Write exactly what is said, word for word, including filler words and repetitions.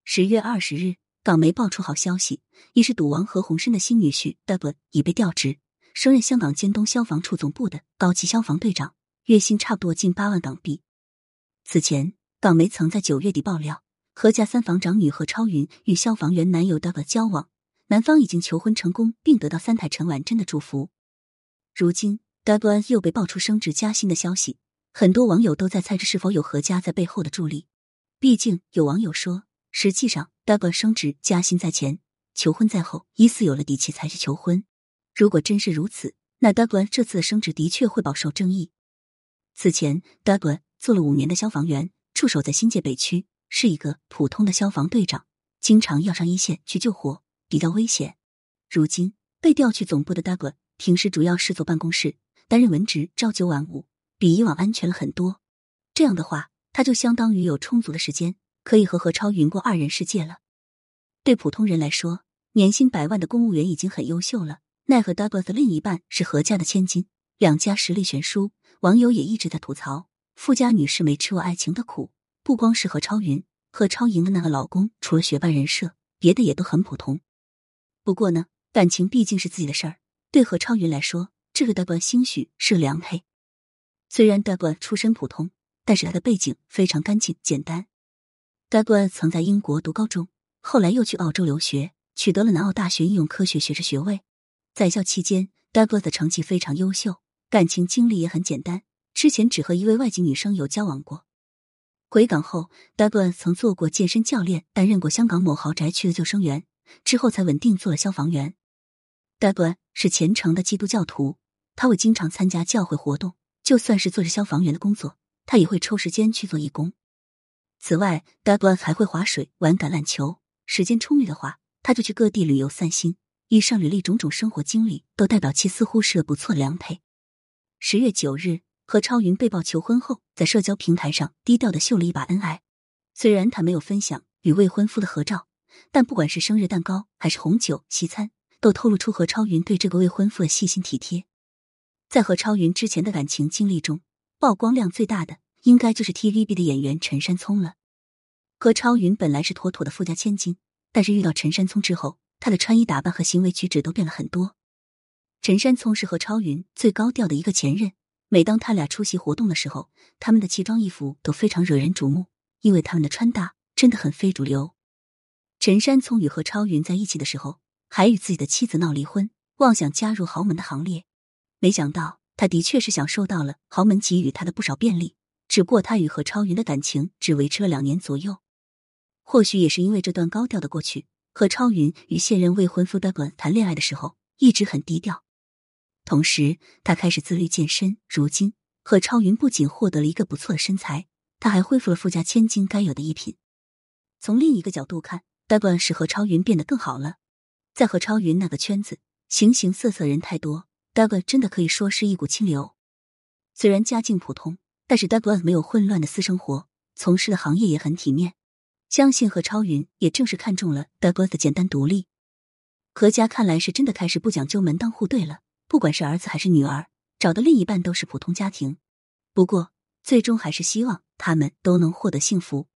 十月二十日，港媒爆出好消息，一是赌王何鸿燊的新女婿 Douglas 已被调职，升任香港尖东消防处总部的高级消防队长，月薪差不多近八万港币。此前，港媒曾在九月底爆料，何家三房长女何超云与消防员男友 Douglas 交往，男方已经求婚成功，并得到三太陈婉珍的祝福。如今 Douglas 又被爆出升职加薪的消息，很多网友都在猜这是否有何家在背后的助力。毕竟有网友说，实际上 Douglas 升职加薪在前，求婚在后，疑似有了底气才去求婚。如果真是如此，那 Douglas 这次的升职的确会饱受争议。此前 Douglas 做了五年的消防员，驻守在新界北区，是一个普通的消防队长，经常要上一线去救火，比较危险。如今被调去总部的 Douglas 平时主要是坐办公室，担任文职，朝九晚五，比以往安全了很多。这样的话，他就相当于有充足的时间可以和何超云过二人世界了。对普通人来说，年薪百万的公务员已经很优秀了，奈何 Douglas 的另一半是何家的千金，两家实力悬殊，网友也一直在吐槽富家女是没吃过爱情的苦。不光是何超云，何超莹的那个老公除了学霸人设，别的也都很普通。不过呢，感情毕竟是自己的事儿，对何超云来说，这个 Douglas 兴许是个良配。虽然 Douglas 出身普通，但是他的背景非常干净简单。Douglas 曾在英国读高中，后来又去澳洲留学，取得了南澳大学应用科学学士学位。在校期间 Douglas 的成绩非常优秀，感情经历也很简单，之前只和一位外籍女生有交往过。回港后 Douglas 曾做过健身教练，担任过香港某豪宅区的救生员，之后才稳定做了消防员。Douglas 是虔诚的基督教徒，他会经常参加教会活动，就算是做着消防员的工作，他也会抽时间去做义工。此外 Douglas 还会划水、玩橄榄球，时间充裕的话，他就去各地旅游散心。以上履历种种生活经历都代表其似乎是个不错的良配。十月九日，何超云被曝求婚后，在社交平台上低调的秀了一把恩爱。虽然他没有分享与未婚夫的合照，但不管是生日蛋糕还是红酒西餐，都透露出何超云对这个未婚夫的细心体贴。在何超云之前的感情经历中，曝光量最大的应该就是 T V B 的演员陈山聪了。何超云本来是妥妥的富家千金，但是遇到陈山聪之后，他的穿衣打扮和行为举止都变了很多。陈山聪是何超云最高调的一个前任，每当他俩出席活动的时候，他们的奇装异服都非常惹人瞩目，因为他们的穿搭真的很非主流。陈山聪与何超云在一起的时候，还与自己的妻子闹离婚，妄想加入豪门的行列。没想到他的确是享受到了豪门给予他的不少便利，只不过他与何超云的感情只维持了两年左右。或许也是因为这段高调的过去，何超云与现任未婚夫 Douglas 谈恋爱的时候一直很低调。同时他开始自律健身，如今何超云不仅获得了一个不错的身材，他还恢复了富家千金该有的一品。从另一个角度看， Douglas 使何超云变得更好了。在何超云那个圈子，形形色色人太多， Douglas 真的可以说是一股清流。虽然家境普通，但是 Douglas 没有混乱的私生活，从事的行业也很体面。相信何超云也正是看中了 Douglas 的简单独立。何家看来是真的开始不讲究门当户对了，不管是儿子还是女儿，找的另一半都是普通家庭。不过最终还是希望他们都能获得幸福。